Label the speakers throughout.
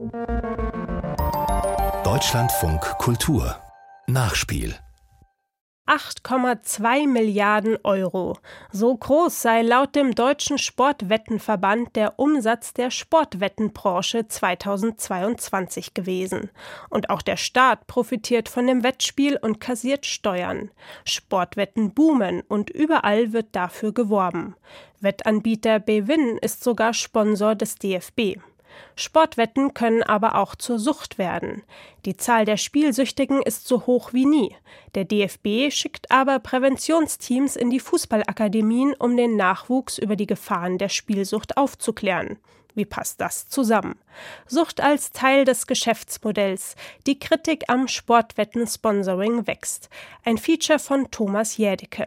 Speaker 1: Deutschlandfunk Kultur Nachspiel
Speaker 2: 8,2 Milliarden Euro. So groß sei laut dem Deutschen Sportwettenverband der Umsatz der Sportwettenbranche 2022 gewesen. Und auch der Staat profitiert von dem Wettspiel und kassiert Steuern. Sportwetten boomen und überall wird dafür geworben. Wettanbieter Bwin ist sogar Sponsor des DFB. Sportwetten können aber auch zur Sucht werden. Die Zahl der Spielsüchtigen ist so hoch wie nie. Der DFB schickt aber Präventionsteams in die Fußballakademien, um den Nachwuchs über die Gefahren der Spielsucht aufzuklären. Wie passt das zusammen? Sucht als Teil des Geschäftsmodells. Die Kritik am Sportwetten-Sponsoring wächst. Ein Feature von Thomas Jädecke.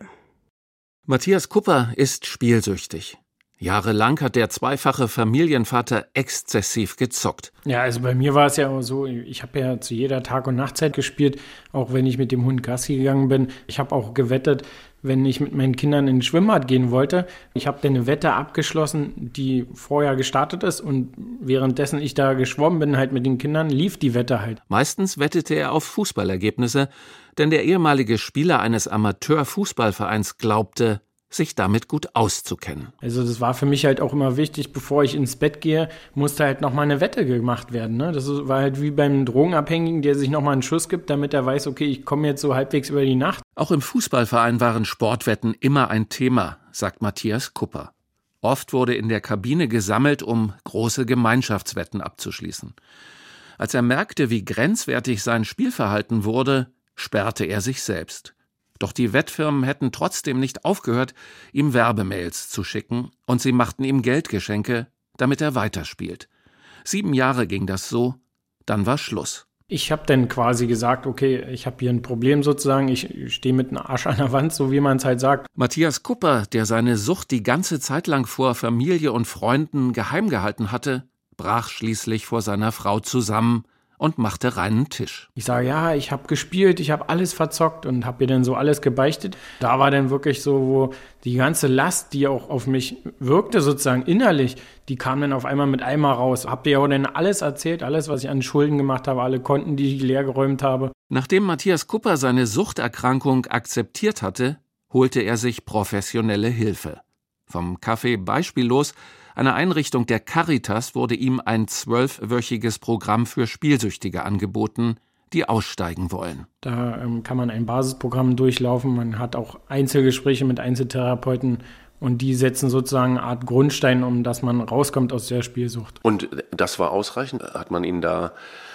Speaker 3: Matthias Kupper ist spielsüchtig. Jahrelang hat der zweifache Familienvater exzessiv gezockt.
Speaker 4: Ja, also bei mir war es ja auch so, ich habe ja zu jeder Tag- und Nachtzeit gespielt, auch wenn ich mit dem Hund Gassi gegangen bin. Ich habe auch gewettet, wenn ich mit meinen Kindern in den Schwimmbad gehen wollte. Ich habe dann eine Wette abgeschlossen, die vorher gestartet ist und währenddessen ich da geschwommen bin, halt mit den Kindern, lief die Wette halt.
Speaker 3: Meistens wettete er auf Fußballergebnisse, denn der ehemalige Spieler eines Amateurfußballvereins glaubte, sich damit gut auszukennen.
Speaker 4: Also das war für mich halt auch immer wichtig, bevor ich ins Bett gehe, musste halt nochmal eine Wette gemacht werden. Ne? Das war halt wie beim Drogenabhängigen, der sich nochmal einen Schuss gibt, damit er weiß, okay, ich komme jetzt so halbwegs über die Nacht.
Speaker 3: Auch im Fußballverein waren Sportwetten immer ein Thema, sagt Matthias Kupper. Oft wurde in der Kabine gesammelt, um große Gemeinschaftswetten abzuschließen. Als er merkte, wie grenzwertig sein Spielverhalten wurde, sperrte er sich selbst. Doch die Wettfirmen hätten trotzdem nicht aufgehört, ihm Werbemails zu schicken, und sie machten ihm Geldgeschenke, damit er weiterspielt. 7 Jahre ging das so, dann war Schluss.
Speaker 4: Ich habe dann quasi gesagt, okay, ich habe hier ein Problem sozusagen, ich stehe mit einem Arsch an der Wand, so wie man es halt sagt.
Speaker 3: Matthias Kupper, der seine Sucht die ganze Zeit lang vor Familie und Freunden geheim gehalten hatte, brach schließlich vor seiner Frau zusammen und machte reinen Tisch.
Speaker 4: Ich sage, ja, ich habe gespielt, ich habe alles verzockt und habe ihr dann so alles gebeichtet. Da war dann wirklich so, wo die ganze Last, die auch auf mich wirkte, sozusagen innerlich, die kam dann auf einmal mit einmal raus. Hab dir ja dann alles erzählt, alles, was ich an Schulden gemacht habe, alle Konten, die ich leergeräumt habe.
Speaker 3: Nachdem Matthias Kupper seine Suchterkrankung akzeptiert hatte, holte er sich professionelle Hilfe. Vom Café Beispiellos, einer Einrichtung der Caritas, wurde ihm ein 12-wöchiges Programm für Spielsüchtige angeboten, die aussteigen wollen.
Speaker 4: Da kann man ein Basisprogramm durchlaufen, man hat auch Einzelgespräche mit Einzeltherapeuten und die setzen sozusagen eine Art Grundstein, um dass man rauskommt aus der Spielsucht.
Speaker 5: Und das war ausreichend? Hat man Ihnen da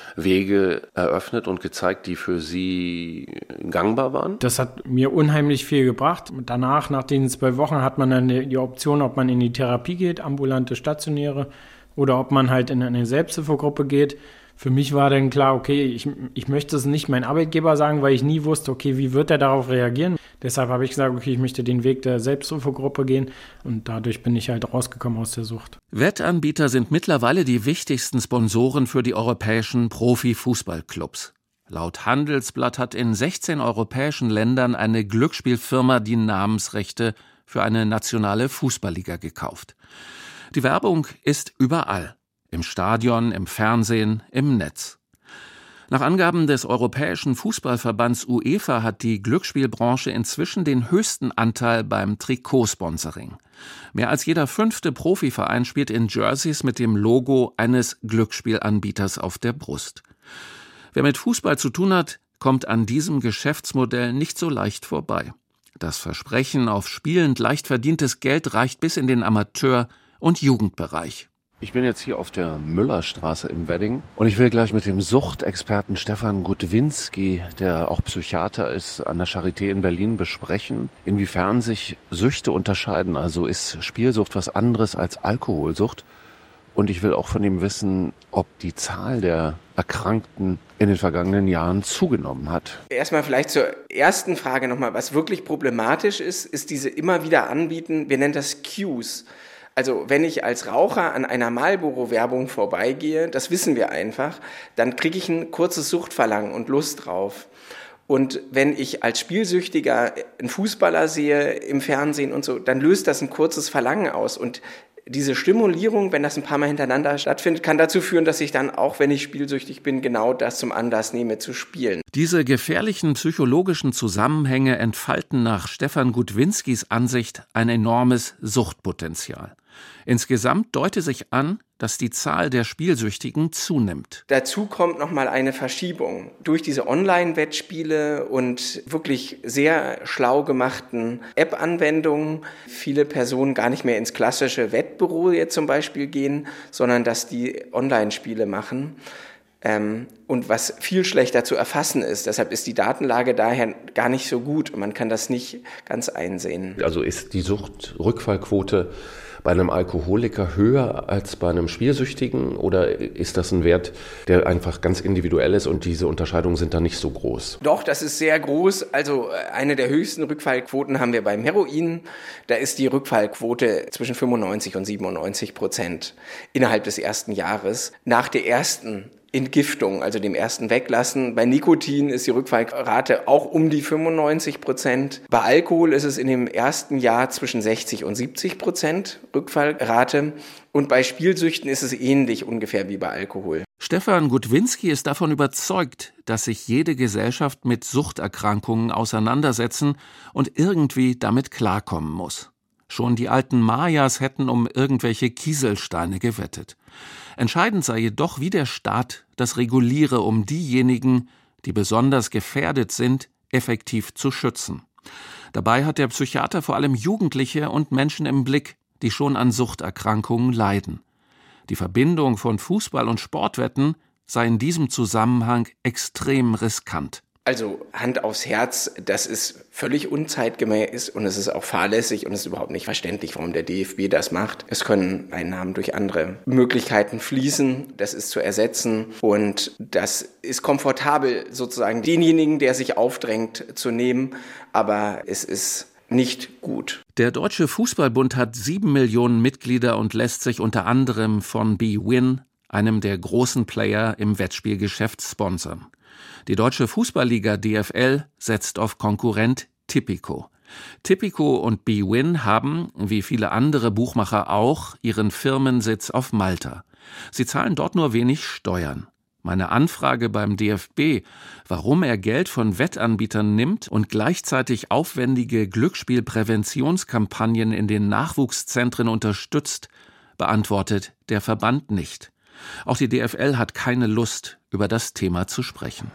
Speaker 5: Wege eröffnet und gezeigt, die für Sie gangbar waren?
Speaker 4: Das hat mir unheimlich viel gebracht. Danach, nach den 12 Wochen, hat man dann die Option, ob man in die Therapie geht, ambulante, stationäre, oder ob man halt in eine Selbsthilfegruppe geht. Für mich war dann klar, okay, ich möchte es nicht meinem Arbeitgeber sagen, weil ich nie wusste, okay, wie wird er darauf reagieren? Deshalb habe ich gesagt, okay, ich möchte den Weg der Selbsthilfegruppe gehen und dadurch bin ich halt rausgekommen aus der Sucht.
Speaker 3: Wettanbieter sind mittlerweile die wichtigsten Sponsoren für die europäischen Profifußballclubs. Laut Handelsblatt hat in 16 europäischen Ländern eine Glücksspielfirma die Namensrechte für eine nationale Fußballliga gekauft. Die Werbung ist überall. Im Stadion, im Fernsehen, im Netz. Nach Angaben des Europäischen Fußballverbands UEFA hat die Glücksspielbranche inzwischen den höchsten Anteil beim Trikotsponsoring. Mehr als jeder 5. Profiverein spielt in Jerseys mit dem Logo eines Glücksspielanbieters auf der Brust. Wer mit Fußball zu tun hat, kommt an diesem Geschäftsmodell nicht so leicht vorbei. Das Versprechen auf spielend leicht verdientes Geld reicht bis in den Amateur- und Jugendbereich.
Speaker 5: Ich bin jetzt hier auf der Müllerstraße im Wedding und ich will gleich mit dem Suchtexperten Stefan Gutwinski, der auch Psychiater ist, an der Charité in Berlin besprechen, inwiefern sich Süchte unterscheiden. Also ist Spielsucht was anderes als Alkoholsucht? Und ich will auch von ihm wissen, ob die Zahl der Erkrankten in den vergangenen Jahren zugenommen hat.
Speaker 6: Erstmal vielleicht zur ersten Frage nochmal. Was wirklich problematisch ist, ist diese immer wieder anbieten, wir nennen das Cues. Also wenn ich als Raucher an einer Marlboro-Werbung vorbeigehe, das wissen wir einfach, dann kriege ich ein kurzes Suchtverlangen und Lust drauf. Und wenn ich als Spielsüchtiger einen Fußballer sehe im Fernsehen und so, dann löst das ein kurzes Verlangen aus. Und diese Stimulierung, wenn das ein paar Mal hintereinander stattfindet, kann dazu führen, dass ich dann, auch wenn ich spielsüchtig bin, genau das zum Anlass nehme zu spielen.
Speaker 3: Diese gefährlichen psychologischen Zusammenhänge entfalten nach Stefan Gutwinskis Ansicht ein enormes Suchtpotenzial. Insgesamt deute sich an, dass die Zahl der Spielsüchtigen zunimmt.
Speaker 6: Dazu kommt nochmal eine Verschiebung. Durch diese Online-Wettspiele und wirklich sehr schlau gemachten App-Anwendungen viele Personen gar nicht mehr ins klassische Wettbüro jetzt zum Beispiel gehen, sondern dass die Online-Spiele machen. Und was viel schlechter zu erfassen ist. Deshalb ist die Datenlage daher gar nicht so gut und man kann das nicht ganz einsehen.
Speaker 5: Also ist die Suchtrückfallquote bei einem Alkoholiker höher als bei einem Spielsüchtigen oder ist das ein Wert, der einfach ganz individuell ist und diese Unterscheidungen sind da nicht so groß?
Speaker 6: Doch, das ist sehr groß. Also eine der höchsten Rückfallquoten haben wir beim Heroin. Da ist die Rückfallquote zwischen 95% und 97% innerhalb des ersten Jahres. Nach der ersten Entgiftung, also dem ersten Weglassen. Bei Nikotin ist die Rückfallrate auch um die 95%. Bei Alkohol ist es in dem ersten Jahr zwischen 60% und 70% Rückfallrate. Und bei Spielsüchten ist es ähnlich ungefähr wie bei Alkohol.
Speaker 3: Stefan Gutwinski ist davon überzeugt, dass sich jede Gesellschaft mit Suchterkrankungen auseinandersetzen und irgendwie damit klarkommen muss. Schon die alten Mayas hätten um irgendwelche Kieselsteine gewettet. Entscheidend sei jedoch, wie der Staat das reguliere, um diejenigen, die besonders gefährdet sind, effektiv zu schützen. Dabei hat der Psychiater vor allem Jugendliche und Menschen im Blick, die schon an Suchterkrankungen leiden. Die Verbindung von Fußball und Sportwetten sei in diesem Zusammenhang extrem riskant.
Speaker 6: Also Hand aufs Herz, das ist völlig unzeitgemäß und es ist auch fahrlässig und es ist überhaupt nicht verständlich, warum der DFB das macht. Es können Einnahmen durch andere Möglichkeiten fließen, das ist zu ersetzen und das ist komfortabel sozusagen denjenigen, der sich aufdrängt, zu nehmen, aber es ist nicht gut.
Speaker 3: Der Deutsche Fußballbund hat 7 Millionen Mitglieder und lässt sich unter anderem von bwin, einem der großen Player im Wettspielgeschäft, sponsern. Die Deutsche Fußballliga DFL setzt auf Konkurrent Tipico. Tipico und bwin haben, wie viele andere Buchmacher auch, ihren Firmensitz auf Malta. Sie zahlen dort nur wenig Steuern. Meine Anfrage beim DFB, warum er Geld von Wettanbietern nimmt und gleichzeitig aufwendige Glücksspielpräventionskampagnen in den Nachwuchszentren unterstützt, beantwortet der Verband nicht. Auch die DFL hat keine Lust, über das Thema zu sprechen.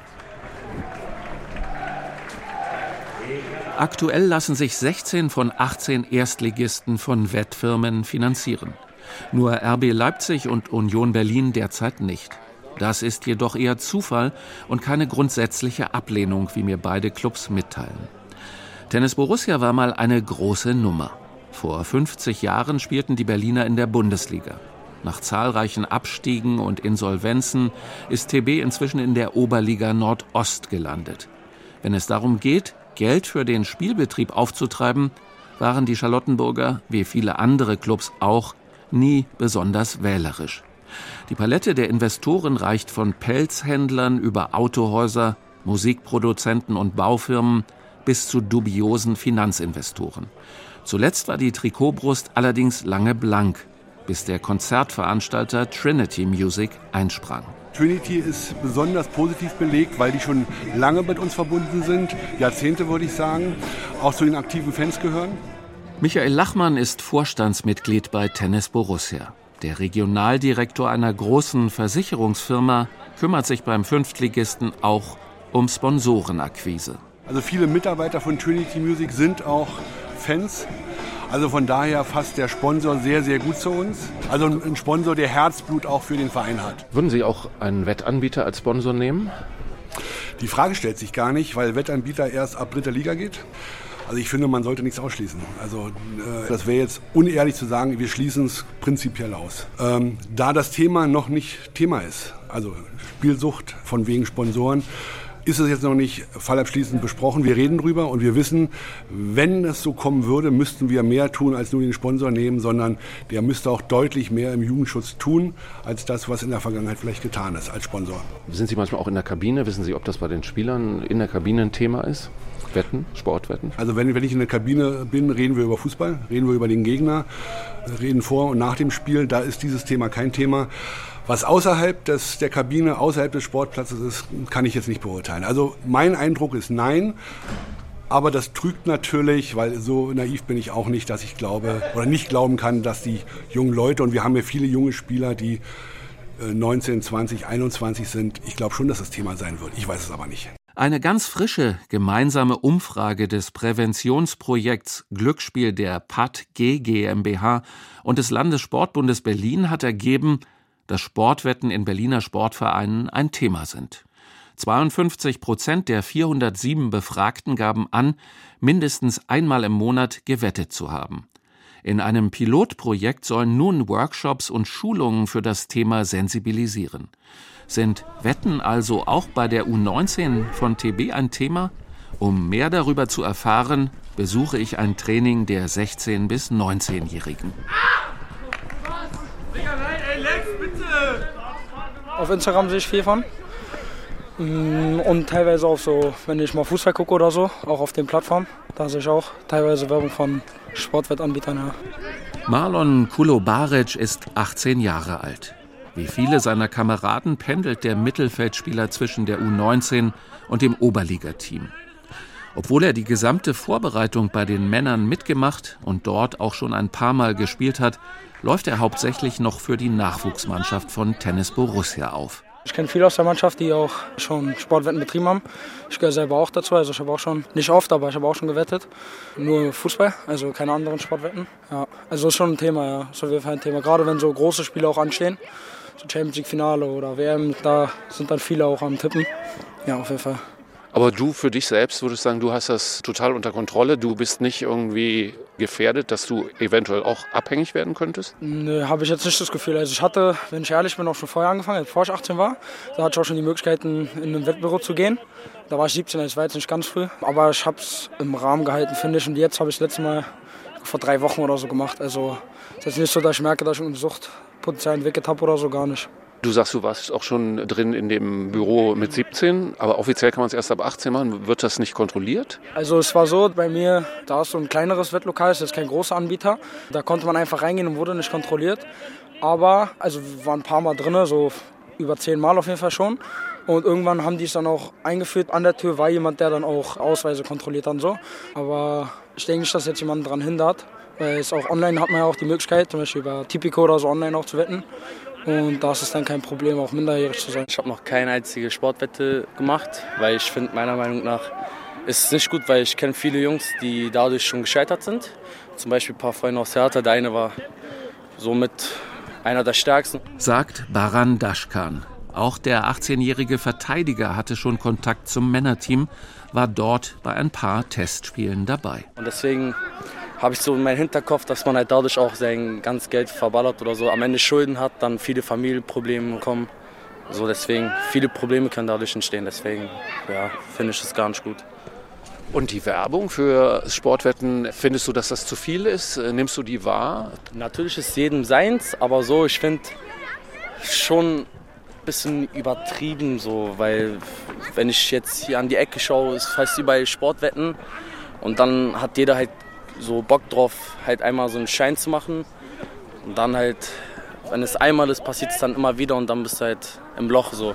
Speaker 3: Aktuell lassen sich 16 von 18 Erstligisten von Wettfirmen finanzieren. Nur RB Leipzig und Union Berlin derzeit nicht. Das ist jedoch eher Zufall und keine grundsätzliche Ablehnung, wie mir beide Clubs mitteilen. Tennis Borussia war mal eine große Nummer. Vor 50 Jahren spielten die Berliner in der Bundesliga. Nach zahlreichen Abstiegen und Insolvenzen ist TB inzwischen in der Oberliga Nordost gelandet. Wenn es darum geht, Geld für den Spielbetrieb aufzutreiben, waren die Charlottenburger, wie viele andere Clubs auch, nie besonders wählerisch. Die Palette der Investoren reicht von Pelzhändlern über Autohäuser, Musikproduzenten und Baufirmen bis zu dubiosen Finanzinvestoren. Zuletzt war die Trikotbrust allerdings lange blank, bis der Konzertveranstalter Trinity Music einsprang.
Speaker 7: Trinity ist besonders positiv belegt, weil die schon lange mit uns verbunden sind, Jahrzehnte würde ich sagen, auch zu den aktiven Fans gehören.
Speaker 3: Michael Lachmann ist Vorstandsmitglied bei Tennis Borussia. Der Regionaldirektor einer großen Versicherungsfirma kümmert sich beim Fünftligisten auch um Sponsorenakquise.
Speaker 7: Also viele Mitarbeiter von Trinity Music sind auch Fans. Also von daher fasst der Sponsor sehr, sehr gut zu uns. Also ein Sponsor, der Herzblut auch für den Verein hat.
Speaker 5: Würden Sie auch einen Wettanbieter als Sponsor nehmen?
Speaker 7: Die Frage stellt sich gar nicht, weil Wettanbieter erst ab 3. Liga geht. Also ich finde, man sollte nichts ausschließen. Also das wäre jetzt unehrlich zu sagen, wir schließen es prinzipiell aus. Da das Thema noch nicht Thema ist, also Spielsucht von wegen Sponsoren, ist es jetzt noch nicht fallabschließend besprochen. Wir reden drüber und wir wissen, wenn es so kommen würde, müssten wir mehr tun, als nur den Sponsor nehmen, sondern der müsste auch deutlich mehr im Jugendschutz tun, als das, was in der Vergangenheit vielleicht getan ist als Sponsor.
Speaker 5: Sind Sie manchmal auch in der Kabine? Wissen Sie, ob das bei den Spielern in der Kabine ein Thema ist? Wetten, Sportwetten?
Speaker 7: Also wenn ich in der Kabine bin, reden wir über Fußball, reden wir über den Gegner, reden vor und nach dem Spiel. Da ist dieses Thema kein Thema. Was außerhalb der Kabine, außerhalb des Sportplatzes ist, kann ich jetzt nicht beurteilen. Also mein Eindruck ist nein. Aber das trügt natürlich, weil so naiv bin ich auch nicht, dass ich glaube oder nicht glauben kann, dass die jungen Leute, und wir haben ja viele junge Spieler, die 19, 20, 21 sind, ich glaube schon, dass das Thema sein wird. Ich weiß es aber nicht.
Speaker 3: Eine ganz frische gemeinsame Umfrage des Präventionsprojekts Glücksspiel der PAD-G GmbH und des Landessportbundes Berlin hat ergeben, dass Sportwetten in Berliner Sportvereinen ein Thema sind. 52% der 407 Befragten gaben an, mindestens einmal im Monat gewettet zu haben. In einem Pilotprojekt sollen nun Workshops und Schulungen für das Thema sensibilisieren. Sind Wetten also auch bei der U19 von TB ein Thema? Um mehr darüber zu erfahren, besuche ich ein Training der 16- bis 19-Jährigen.
Speaker 8: Auf Instagram sehe ich viel von. Und teilweise auch so, wenn ich mal Fußball gucke oder so, auch auf den Plattformen, da sehe ich auch teilweise Werbung von Sportwettanbietern. Ja.
Speaker 3: Marlon Kulobaric ist 18 Jahre alt. Wie viele seiner Kameraden pendelt der Mittelfeldspieler zwischen der U19 und dem Oberligateam. Obwohl er die gesamte Vorbereitung bei den Männern mitgemacht und dort auch schon ein paar Mal gespielt hat, läuft er hauptsächlich noch für die Nachwuchsmannschaft von Tennis Borussia auf.
Speaker 8: Ich kenne viele aus der Mannschaft, die auch schon Sportwetten betrieben haben. Ich gehöre selber auch dazu, also ich habe auch schon, nicht oft, aber ich habe auch schon gewettet. Nur Fußball, also keine anderen Sportwetten. Ja, also ist schon ein Thema, ja, ist auf jeden Fall ein Thema. Gerade wenn so große Spiele auch anstehen, so Champions League Finale oder WM, da sind dann viele auch am Tippen. Ja, auf jeden Fall.
Speaker 5: Aber du für dich selbst würdest sagen, du hast das total unter Kontrolle. Du bist nicht irgendwie gefährdet, dass du eventuell auch abhängig werden könntest?
Speaker 8: Nö, habe ich jetzt nicht das Gefühl. Also ich hatte, wenn ich ehrlich bin, auch schon vorher angefangen, bevor ich 18 war. Da hatte ich auch schon die Möglichkeiten, in ein Wettbüro zu gehen. Da war ich 17, das war jetzt nicht ganz früh. Aber ich habe es im Rahmen gehalten, finde ich. Und jetzt habe ich das letzte Mal vor 3 Wochen oder so gemacht. Also es ist jetzt nicht so, dass ich merke, dass ich ein Suchtpotenzial entwickelt habe oder so, gar nicht.
Speaker 5: Du sagst, du warst auch schon drin in dem Büro mit 17, aber offiziell kann man es erst ab 18 machen. Wird das nicht kontrolliert?
Speaker 8: Also es war so, bei mir, da ist so ein kleineres Wettlokal, das ist kein großer Anbieter. Da konnte man einfach reingehen und wurde nicht kontrolliert. Aber, also wir waren ein paar Mal drin, so über 10 Mal auf jeden Fall schon. Und irgendwann haben die es dann auch eingeführt. An der Tür war jemand, der dann auch Ausweise kontrolliert und so. Aber ich denke nicht, dass jetzt jemand daran hindert. Weil es auch online hat man ja auch die Möglichkeit, zum Beispiel über Tipico oder so online auch zu wetten. Und da ist es dann kein Problem, auch minderjährig zu sein.
Speaker 9: Ich habe noch keine einzige Sportwette gemacht, weil ich finde, meiner Meinung nach ist es nicht gut, weil ich kenne viele Jungs, die dadurch schon gescheitert sind. Zum Beispiel ein paar Freunde aus Hertha, der eine war somit einer der stärksten.
Speaker 3: Sagt Baran Daschkan. Auch der 18-jährige Verteidiger hatte schon Kontakt zum Männerteam, war dort bei ein paar Testspielen dabei.
Speaker 9: Und deswegen habe ich so in meinem Hinterkopf, dass man halt dadurch auch sein ganzes Geld verballert oder so, am Ende Schulden hat, dann viele Familienprobleme kommen. So deswegen, viele Probleme können dadurch entstehen, deswegen ja, finde ich das gar nicht gut.
Speaker 5: Und die Werbung für Sportwetten, findest du, dass das zu viel ist? Nimmst du die wahr?
Speaker 9: Natürlich ist jedem seins, aber so, ich finde schon ein bisschen übertrieben, so, weil wenn ich jetzt hier an die Ecke schaue, ist fast überall Sportwetten und dann hat jeder halt so Bock drauf, halt einmal so einen Schein zu machen und dann halt, wenn es einmal ist, passiert es dann immer wieder und dann bist du halt im Loch so.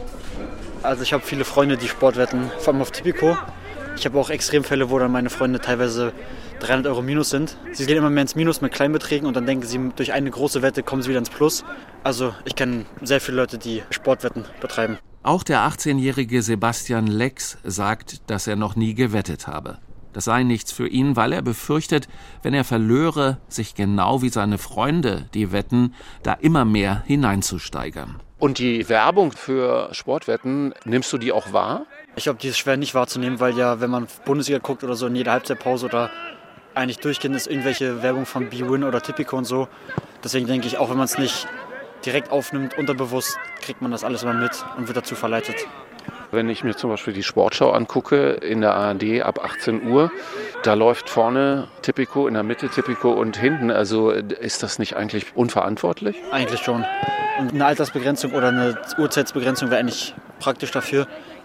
Speaker 10: Also ich habe viele Freunde, die Sportwetten, vor allem auf Tipico. Ich habe auch Extremfälle, wo dann meine Freunde teilweise 300 Euro minus sind. Sie gehen immer mehr ins Minus mit Kleinbeträgen und dann denken sie, durch eine große Wette kommen sie wieder ins Plus. Also ich kenne sehr viele Leute, die Sportwetten betreiben.
Speaker 3: Auch der 18-jährige Sebastian Lex sagt, dass er noch nie gewettet habe. Das sei nichts für ihn, weil er befürchtet, wenn er verlöre, sich genau wie seine Freunde, die wetten, da immer mehr hineinzusteigern.
Speaker 5: Und die Werbung für Sportwetten, nimmst du die auch wahr?
Speaker 10: Ich glaube, die ist schwer nicht wahrzunehmen, weil ja, wenn man Bundesliga guckt oder so, in jeder Halbzeitpause oder eigentlich durchgehend ist irgendwelche Werbung von bwin oder Tipico und so. Deswegen denke ich, auch wenn man es nicht direkt aufnimmt, unterbewusst, kriegt man das alles immer mit und wird dazu verleitet.
Speaker 5: Wenn ich mir zum Beispiel die Sportschau angucke in der ARD ab 18 Uhr, da läuft vorne Tipico, in der Mitte Tipico und hinten. Also ist das nicht eigentlich unverantwortlich?
Speaker 10: Eigentlich schon. Und eine Altersbegrenzung oder eine Uhrzeitsbegrenzung wäre eigentlich praktisch dafür,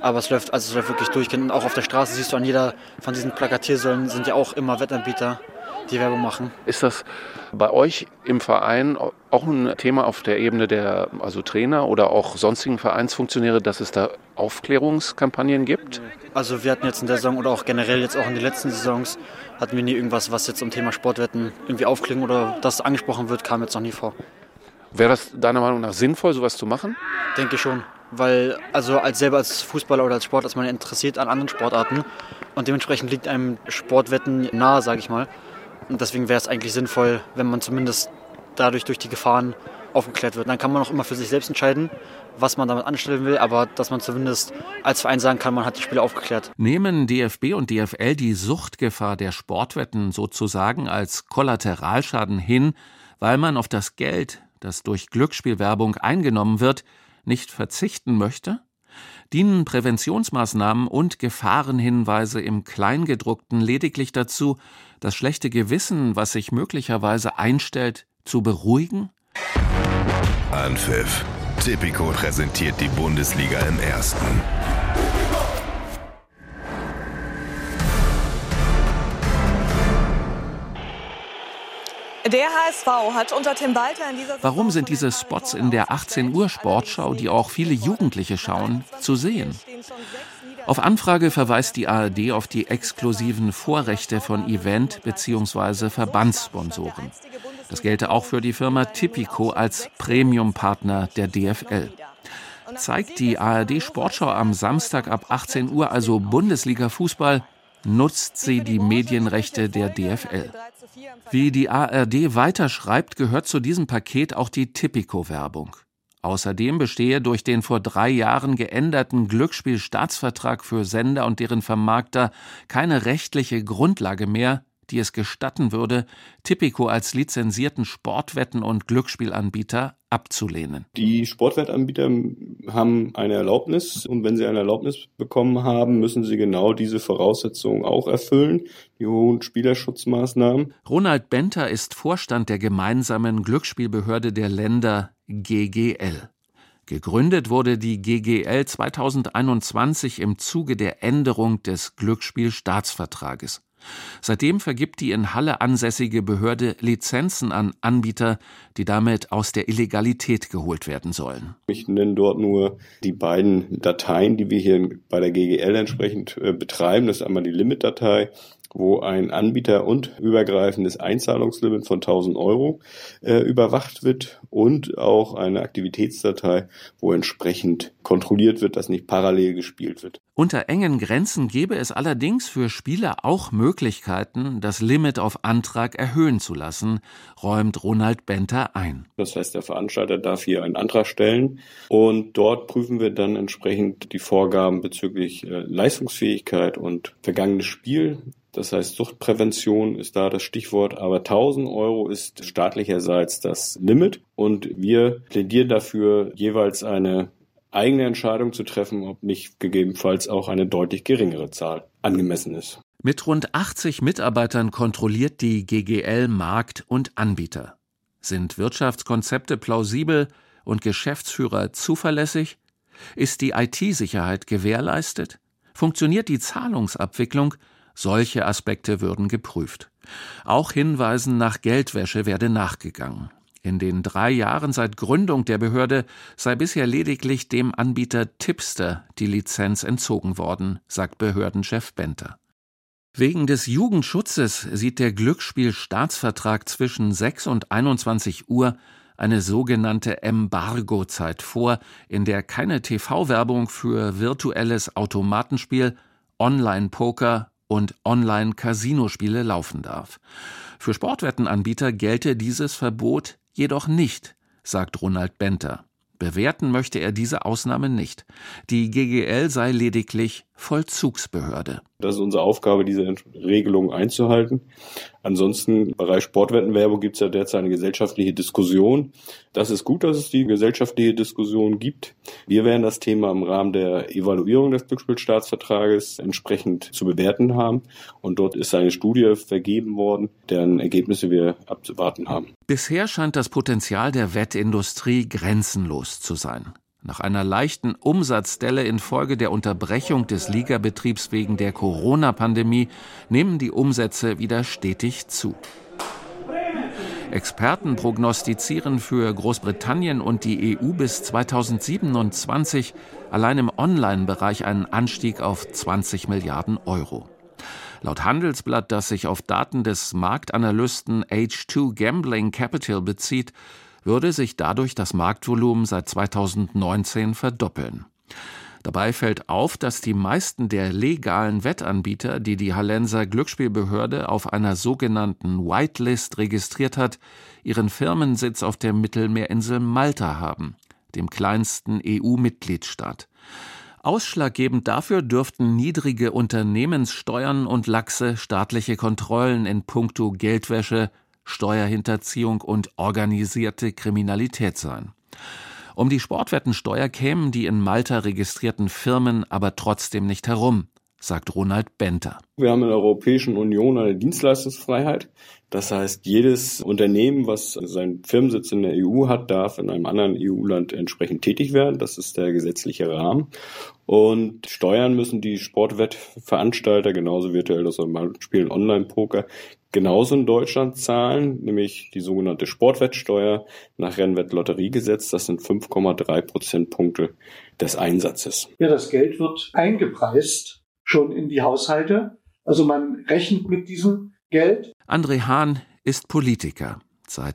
Speaker 10: Aber es läuft wirklich durchgehend. Und auch auf der Straße siehst du an jeder von diesen Plakatiersäulen sind ja auch immer Wettanbieter, die Werbung machen.
Speaker 5: Ist das bei euch im Verein auch ein Thema auf der Ebene der Trainer oder auch sonstigen Vereinsfunktionäre, dass es da Aufklärungskampagnen gibt?
Speaker 10: Also wir hatten jetzt in der Saison oder auch generell jetzt auch in den letzten Saisons hatten wir nie irgendwas, was jetzt zum Thema Sportwetten irgendwie aufklingt oder das angesprochen wird, kam jetzt noch nie vor.
Speaker 5: Wäre das deiner Meinung nach sinnvoll, sowas zu machen?
Speaker 10: Denke schon, weil als Fußballer oder als Sportler ist man interessiert an anderen Sportarten und dementsprechend liegt einem Sportwetten nahe, sage ich mal. Und deswegen wäre es eigentlich sinnvoll, wenn man zumindest dadurch durch die Gefahren aufgeklärt wird. Dann kann man auch immer für sich selbst entscheiden, was man damit anstellen will, aber dass man zumindest als Verein sagen kann, man hat die Spieler aufgeklärt.
Speaker 3: Nehmen DFB und DFL die Suchtgefahr der Sportwetten sozusagen als Kollateralschaden hin, weil man auf das Geld, das durch Glücksspielwerbung eingenommen wird, nicht verzichten möchte? Dienen Präventionsmaßnahmen und Gefahrenhinweise im Kleingedruckten lediglich dazu, das schlechte Gewissen, was sich möglicherweise einstellt, zu beruhigen?
Speaker 1: Anpfiff. Tipico präsentiert die Bundesliga im Ersten.
Speaker 11: Der HSV hat unter Tim Walter in dieser Saison...
Speaker 3: Warum sind diese Spots in der 18 Uhr Sportschau, die auch viele Jugendliche schauen, zu sehen? Auf Anfrage verweist die ARD auf die exklusiven Vorrechte von Event- bzw. Verbandssponsoren. Das gelte auch für die Firma Tipico als Premium-Partner der DFL. Zeigt die ARD-Sportschau am Samstag ab 18 Uhr also Bundesliga-Fußball, nutzt sie die Medienrechte der DFL. Wie die ARD weiterschreibt, gehört zu diesem Paket auch die Tipico-Werbung. Außerdem bestehe durch den vor 3 Jahren geänderten Glücksspielstaatsvertrag für Sender und deren Vermarkter keine rechtliche Grundlage mehr, die es gestatten würde, Tipico als lizenzierten Sportwetten- und Glücksspielanbieter abzulehnen.
Speaker 12: Die Sportwettanbieter haben eine Erlaubnis und wenn sie eine Erlaubnis bekommen haben, müssen sie genau diese Voraussetzungen auch erfüllen, die hohen Spielerschutzmaßnahmen.
Speaker 3: Ronald Benter ist Vorstand der gemeinsamen Glücksspielbehörde der Länder GGL. Gegründet wurde die GGL 2021 im Zuge der Änderung des Glücksspielstaatsvertrages. Seitdem vergibt die in Halle ansässige Behörde Lizenzen an Anbieter, die damit aus der Illegalität geholt werden sollen.
Speaker 12: Ich nenne dort nur die beiden Dateien, die wir hier bei der GGL entsprechend betreiben. Das ist einmal die Limit-Datei, wo ein Anbieter- und übergreifendes Einzahlungslimit von 1.000 Euro überwacht wird und auch eine Aktivitätsdatei, wo entsprechend kontrolliert wird, dass nicht parallel gespielt wird.
Speaker 3: Unter engen Grenzen gäbe es allerdings für Spieler auch Möglichkeiten, das Limit auf Antrag erhöhen zu lassen, räumt Ronald Benter ein.
Speaker 12: Das heißt, der Veranstalter darf hier einen Antrag stellen und dort prüfen wir dann entsprechend die Vorgaben bezüglich Leistungsfähigkeit und vergangenes Spiel. Das heißt, Suchtprävention ist da das Stichwort, aber 1.000 Euro ist staatlicherseits das Limit und wir plädieren dafür, jeweils eine eigene Entscheidung zu treffen, ob nicht gegebenenfalls auch eine deutlich geringere Zahl angemessen ist.
Speaker 3: Mit rund 80 Mitarbeitern kontrolliert die GGL Markt und Anbieter. Sind Wirtschaftskonzepte plausibel und Geschäftsführer zuverlässig? Ist die IT-Sicherheit gewährleistet? Funktioniert die Zahlungsabwicklung? Solche Aspekte würden geprüft. Auch Hinweisen nach Geldwäsche werde nachgegangen. In den 3 Jahren seit Gründung der Behörde sei bisher lediglich dem Anbieter Tipster die Lizenz entzogen worden, sagt Behördenchef Benter. Wegen des Jugendschutzes sieht der Glücksspielstaatsvertrag zwischen 6 und 21 Uhr eine sogenannte Embargo-Zeit vor, in der keine TV-Werbung für virtuelles Automatenspiel, Online-Poker und Online-Casinospiele laufen darf. Für Sportwettenanbieter gelte dieses Verbot jedoch nicht, sagt Ronald Benter. Bewerten möchte er diese Ausnahme nicht. Die GGL sei lediglich Vollzugsbehörde.
Speaker 12: Das ist unsere Aufgabe, diese Regelung einzuhalten. Ansonsten im Bereich Sportwettenwerbung gibt es ja derzeit eine gesellschaftliche Diskussion. Das ist gut, dass es die gesellschaftliche Diskussion gibt. Wir werden das Thema im Rahmen der Evaluierung des Glücksspielstaatsvertrages entsprechend zu bewerten haben. Und dort ist eine Studie vergeben worden, deren Ergebnisse wir abzuwarten haben.
Speaker 3: Bisher scheint das Potenzial der Wettindustrie grenzenlos zu sein. Nach einer leichten Umsatzdelle infolge der Unterbrechung des Ligabetriebs wegen der Corona-Pandemie nehmen die Umsätze wieder stetig zu. Experten prognostizieren für Großbritannien und die EU bis 2027 allein im Online-Bereich einen Anstieg auf 20 Milliarden Euro. Laut Handelsblatt, das sich auf Daten des Marktanalysten H2 Gambling Capital bezieht, würde sich dadurch das Marktvolumen seit 2019 verdoppeln. Dabei fällt auf, dass die meisten der legalen Wettanbieter, die die Hallenser Glücksspielbehörde auf einer sogenannten Whitelist registriert hat, ihren Firmensitz auf der Mittelmeerinsel Malta haben, dem kleinsten EU-Mitgliedstaat. Ausschlaggebend dafür dürften niedrige Unternehmenssteuern und laxe staatliche Kontrollen in puncto Geldwäsche, Steuerhinterziehung und organisierte Kriminalität sein. Um die Sportwettensteuer kämen die in Malta registrierten Firmen aber trotzdem nicht herum, sagt Ronald Benter.
Speaker 12: Wir haben in der Europäischen Union eine Dienstleistungsfreiheit. Das heißt, jedes Unternehmen, was seinen Firmensitz in der EU hat, darf in einem anderen EU-Land entsprechend tätig werden. Das ist der gesetzliche Rahmen. Und steuern müssen die Sportwettveranstalter, genauso virtuell das Spielen Online-Poker, genauso in Deutschland zahlen, nämlich die sogenannte Sportwettsteuer nach Rennwettlotteriegesetz. Das sind 5,3 Prozentpunkte des Einsatzes.
Speaker 13: Ja, das Geld wird eingepreist schon in die Haushalte. Also man rechnet mit diesem Geld.
Speaker 3: André Hahn ist Politiker. Seit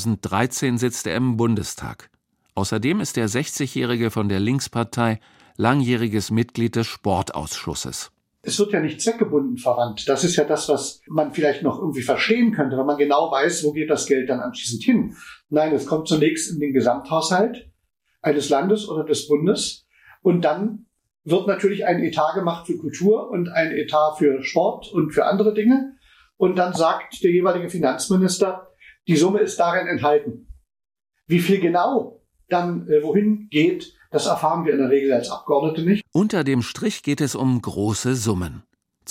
Speaker 3: 2013 sitzt er im Bundestag. Außerdem ist der 60-Jährige von der Linkspartei langjähriges Mitglied des Sportausschusses.
Speaker 13: Es wird ja nicht zweckgebunden verwandt. Das ist ja das, was man vielleicht noch irgendwie verstehen könnte, wenn man genau weiß, wo geht das Geld dann anschließend hin. Nein, es kommt zunächst in den Gesamthaushalt eines Landes oder des Bundes und dann wird natürlich ein Etat gemacht für Kultur und ein Etat für Sport und für andere Dinge. Und dann sagt der jeweilige Finanzminister, die Summe ist darin enthalten. Wie viel genau dann wohin geht, das erfahren wir in der Regel als Abgeordnete nicht.
Speaker 3: Unter dem Strich geht es um große Summen.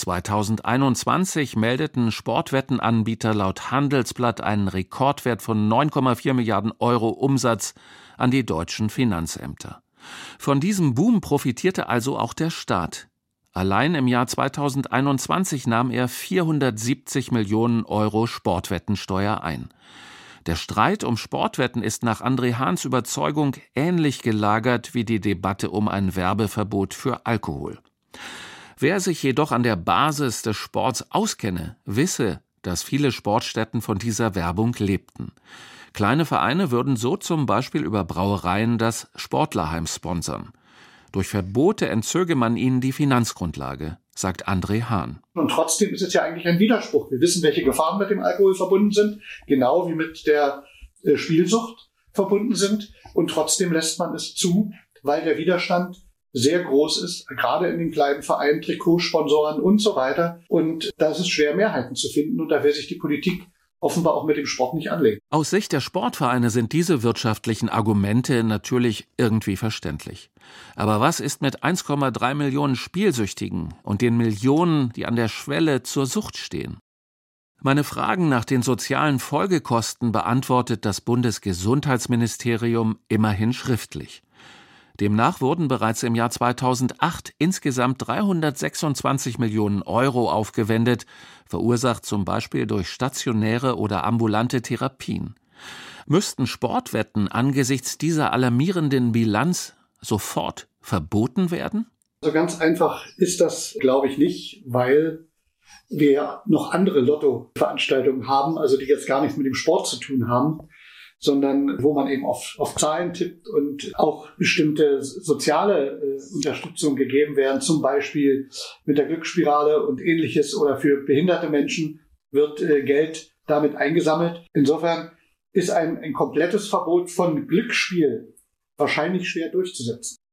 Speaker 3: 2021 meldeten Sportwettenanbieter laut Handelsblatt einen Rekordwert von 9,4 Milliarden Euro Umsatz an die deutschen Finanzämter. Von diesem Boom profitierte also auch der Staat. Allein im Jahr 2021 nahm er 470 Millionen Euro Sportwettensteuer ein. Der Streit um Sportwetten ist nach André Hahns Überzeugung ähnlich gelagert wie die Debatte um ein Werbeverbot für Alkohol. Wer sich jedoch an der Basis des Sports auskenne, wisse, dass viele Sportstätten von dieser Werbung lebten. Kleine Vereine würden so zum Beispiel über Brauereien das Sportlerheim sponsern. Durch Verbote entzöge man ihnen die Finanzgrundlage, sagt André Hahn.
Speaker 13: Und trotzdem ist es ja eigentlich ein Widerspruch. Wir wissen, welche Gefahren mit dem Alkohol verbunden sind, genau wie mit der Spielsucht verbunden sind. Und trotzdem lässt man es zu, weil der Widerstand sehr groß ist, gerade in den kleinen Vereinen, Trikotsponsoren und so weiter. Und da ist es schwer, Mehrheiten zu finden. Und da will sich die Politik offenbar auch mit dem Sport nicht anlegen.
Speaker 3: Aus Sicht der Sportvereine sind diese wirtschaftlichen Argumente natürlich irgendwie verständlich. Aber was ist mit 1,3 Millionen Spielsüchtigen und den Millionen, die an der Schwelle zur Sucht stehen? Meine Fragen nach den sozialen Folgekosten beantwortet das Bundesgesundheitsministerium immerhin schriftlich. Demnach wurden bereits im Jahr 2008 insgesamt 326 Millionen Euro aufgewendet, verursacht zum Beispiel durch stationäre oder ambulante Therapien. Müssten Sportwetten angesichts dieser alarmierenden Bilanz sofort verboten werden?
Speaker 13: So ganz einfach ist das, glaube ich, nicht, weil wir ja noch andere Lotto-Veranstaltungen haben, also die jetzt gar nichts mit dem Sport zu tun haben, sondern wo man eben auf Zahlen tippt und auch bestimmte soziale Unterstützung gegeben werden, zum Beispiel mit der Glücksspirale und Ähnliches oder für behinderte Menschen wird Geld damit eingesammelt. Insofern ist ein komplettes Verbot von Glücksspiel wahrscheinlich schwer durchzusetzen.